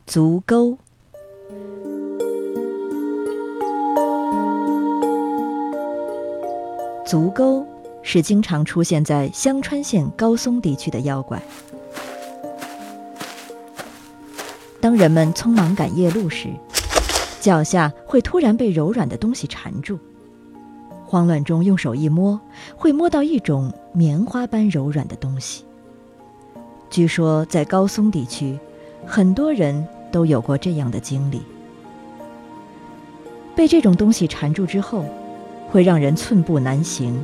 足钩。足钩是经常出现在香川县高松地区的妖怪。当人们匆忙赶夜路时，脚下会突然被柔软的东西缠住，慌乱中用手一摸，会摸到一种棉花般柔软的东西。据说在高松地区，很多人都有过这样的经历。被这种东西缠住之后，会让人寸步难行。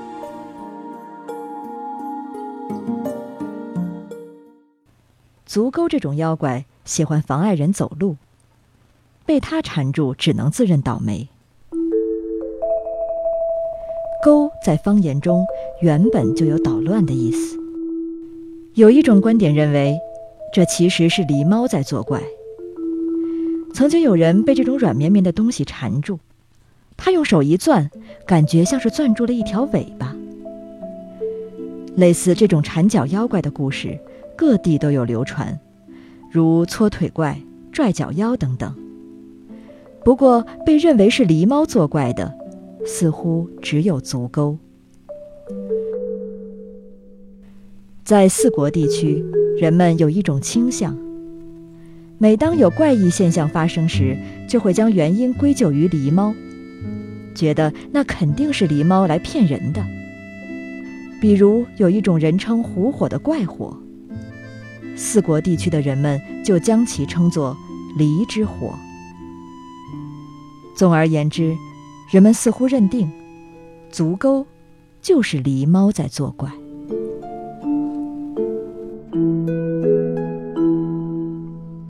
足钩这种妖怪喜欢妨碍人走路，被它缠住只能自认倒霉。钩在方言中原本就有捣乱的意思。有一种观点认为，这其实是狸猫在作怪。曾经有人被这种软绵绵的东西缠住，他用手一攥，感觉像是攥住了一条尾巴。类似这种缠脚妖怪的故事，各地都有流传，如搓腿怪、拽脚妖等等。不过被认为是狸猫作怪的，似乎只有足钩。在四国地区，人们有一种倾向，每当有怪异现象发生时，就会将原因归咎于狸猫，觉得那肯定是狸猫来骗人的。比如有一种人称狐火的怪火，四国地区的人们就将其称作狸之火。总而言之，人们似乎认定足钩就是狸猫在作怪。